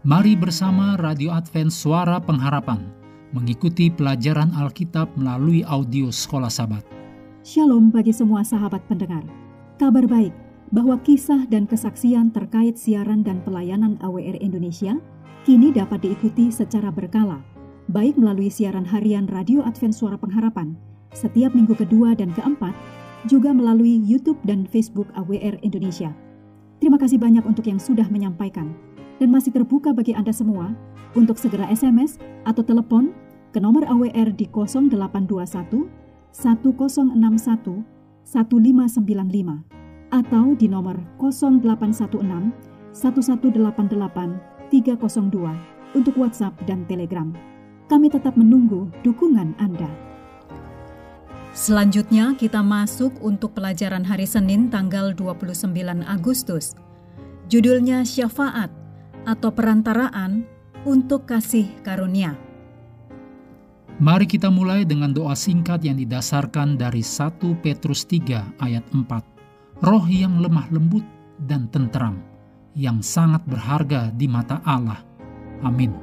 Mari bersama Radio Advent Suara Pengharapan mengikuti pelajaran Alkitab melalui audio Sekolah Sabat. Shalom bagi semua sahabat pendengar. Kabar baik bahwa kisah dan kesaksian terkait siaran dan pelayanan AWR Indonesia kini dapat diikuti secara berkala, baik melalui siaran harian Radio Advent Suara Pengharapan setiap minggu kedua dan keempat, juga melalui YouTube dan Facebook AWR Indonesia. Terima kasih banyak untuk yang sudah menyampaikan. Dan masih terbuka bagi Anda semua untuk segera SMS atau telepon ke nomor AWR di 0821 1061 1595 atau di nomor 0816 1188 302 untuk WhatsApp dan Telegram. Kami tetap menunggu dukungan Anda. Selanjutnya kita masuk untuk pelajaran hari Senin tanggal 29 Agustus. Judulnya Syafaat atau perantaraan untuk kasih karunia. Mari kita mulai dengan doa singkat yang didasarkan dari 1 Petrus 3 ayat 4. Roh yang lemah lembut dan tentram, yang sangat berharga di mata Allah. Amin.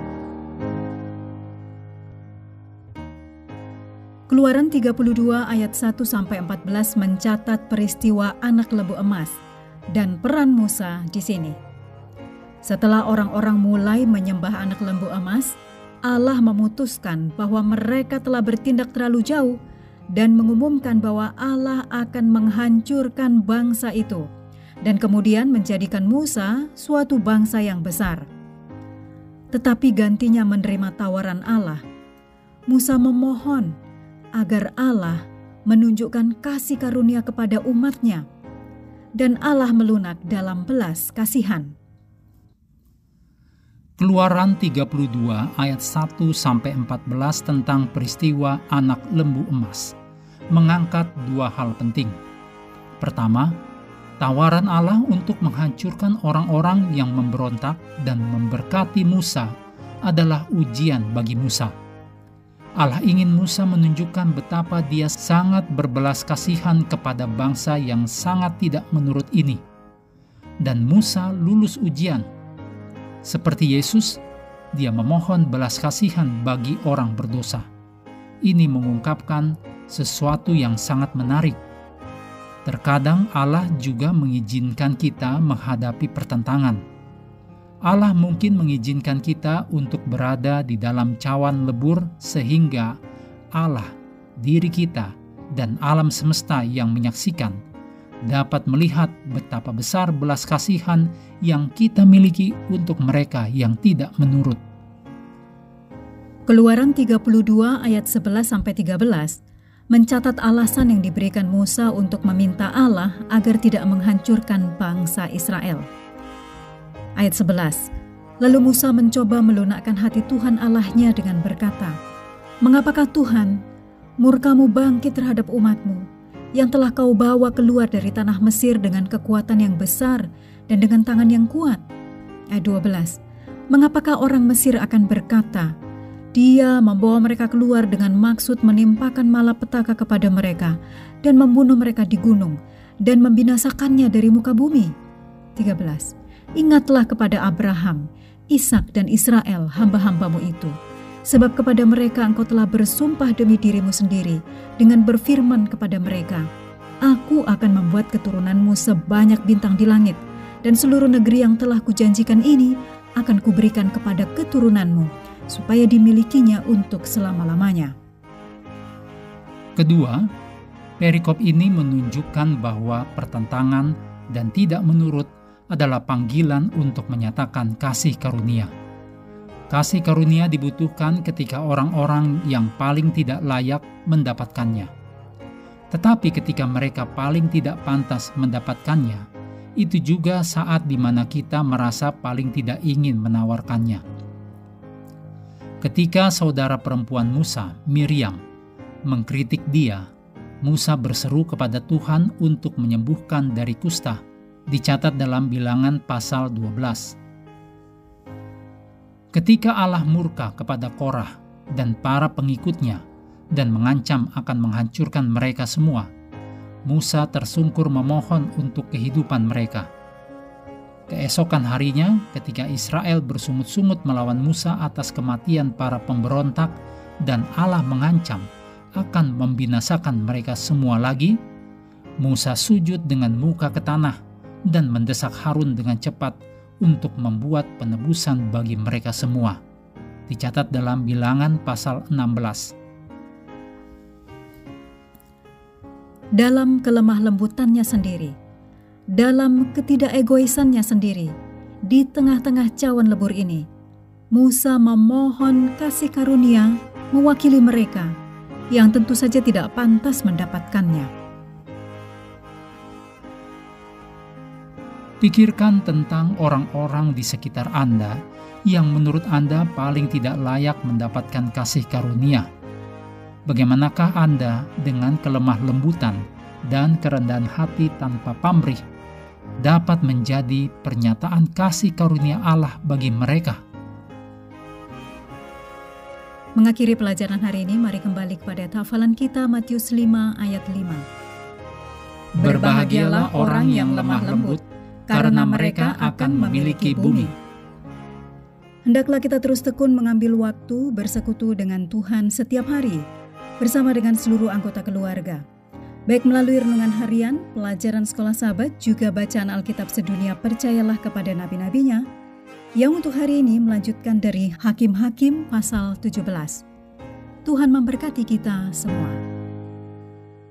Keluaran 32 ayat 1-14 mencatat peristiwa anak lembu emas dan peran Musa di sini. Setelah orang-orang mulai menyembah anak lembu emas, Allah memutuskan bahwa mereka telah bertindak terlalu jauh dan mengumumkan bahwa Allah akan menghancurkan bangsa itu dan kemudian menjadikan Musa suatu bangsa yang besar. Tetapi gantinya menerima tawaran Allah, Musa memohon agar Allah menunjukkan kasih karunia kepada umatnya, dan Allah melunak dalam belas kasihan. Keluaran 32 ayat 1-14 tentang peristiwa anak lembu emas mengangkat dua hal penting. Pertama, tawaran Allah untuk menghancurkan orang-orang yang memberontak dan memberkati Musa adalah ujian bagi Musa. Allah ingin Musa menunjukkan betapa dia sangat berbelas kasihan kepada bangsa yang sangat tidak menurut ini. Dan Musa lulus ujian. Seperti Yesus, dia memohon belas kasihan bagi orang berdosa. Ini mengungkapkan sesuatu yang sangat menarik. Terkadang Allah juga mengizinkan kita menghadapi pertentangan. Allah mungkin mengizinkan kita untuk berada di dalam cawan lebur sehingga Allah, diri kita, dan alam semesta yang menyaksikan dapat melihat betapa besar belas kasihan yang kita miliki untuk mereka yang tidak menurut. Keluaran 32 ayat 11-13 mencatat alasan yang diberikan Musa untuk meminta Allah agar tidak menghancurkan bangsa Israel. Ayat 11, lalu Musa mencoba melunakkan hati Tuhan Allahnya dengan berkata, "Mengapakah Tuhan, murka-Mu bangkit terhadap umat-Mu, yang telah Kau bawa keluar dari tanah Mesir dengan kekuatan yang besar dan dengan tangan yang kuat?" Ayat 12, mengapakah orang Mesir akan berkata, "Dia membawa mereka keluar dengan maksud menimpakan malapetaka kepada mereka dan membunuh mereka di gunung dan membinasakannya dari muka bumi?" 13, ingatlah kepada Abraham, Ishak dan Israel hamba-hamba-Mu itu, sebab kepada mereka Engkau telah bersumpah demi diri-Mu sendiri dengan berfirman kepada mereka, "Aku akan membuat keturunanmu sebanyak bintang di langit, dan seluruh negeri yang telah kujanjikan ini akan kuberikan kepada keturunanmu, supaya dimilikinya untuk selama-lamanya." Kedua, perikop ini menunjukkan bahwa pertentangan dan tidak menurut adalah panggilan untuk menyatakan kasih karunia. Kasih karunia dibutuhkan ketika orang-orang yang paling tidak layak mendapatkannya. Tetapi ketika mereka paling tidak pantas mendapatkannya, itu juga saat di mana kita merasa paling tidak ingin menawarkannya. Ketika saudara perempuan Musa, Miriam, mengkritik dia, Musa berseru kepada Tuhan untuk menyembuhkan dari kusta, dicatat dalam Bilangan pasal 12. Ketika Allah murka kepada Korah dan para pengikutnya dan mengancam akan menghancurkan mereka semua, Musa tersungkur memohon untuk kehidupan mereka. Keesokan harinya, ketika Israel bersungut-sungut melawan Musa atas kematian para pemberontak dan Allah mengancam akan membinasakan mereka semua lagi, Musa sujud dengan muka ke tanah dan mendesak Harun dengan cepat untuk membuat penebusan bagi mereka semua. Dicatat dalam Bilangan pasal 16. Dalam kelemah lembutannya sendiri, dalam ketidakegoisannya sendiri, di tengah-tengah cawan lebur ini, Musa memohon kasih karunia mewakili mereka yang tentu saja tidak pantas mendapatkannya. Pikirkan tentang orang-orang di sekitar Anda yang menurut Anda paling tidak layak mendapatkan kasih karunia. Bagaimanakah Anda dengan kelemah lembutan dan kerendahan hati tanpa pamrih dapat menjadi pernyataan kasih karunia Allah bagi mereka? Mengakhiri pelajaran hari ini, mari kembali kepada hafalan kita Matius 5 ayat 5. Berbahagialah orang yang lemah lembut, karena mereka akan memiliki bumi. Hendaklah kita terus tekun mengambil waktu bersekutu dengan Tuhan setiap hari, bersama dengan seluruh anggota keluarga. Baik melalui renungan harian, pelajaran sekolah sahabat, juga bacaan Alkitab sedunia Percayalah kepada nabi-nabinya, yang untuk hari ini melanjutkan dari Hakim-Hakim pasal 17. Tuhan memberkati kita semua.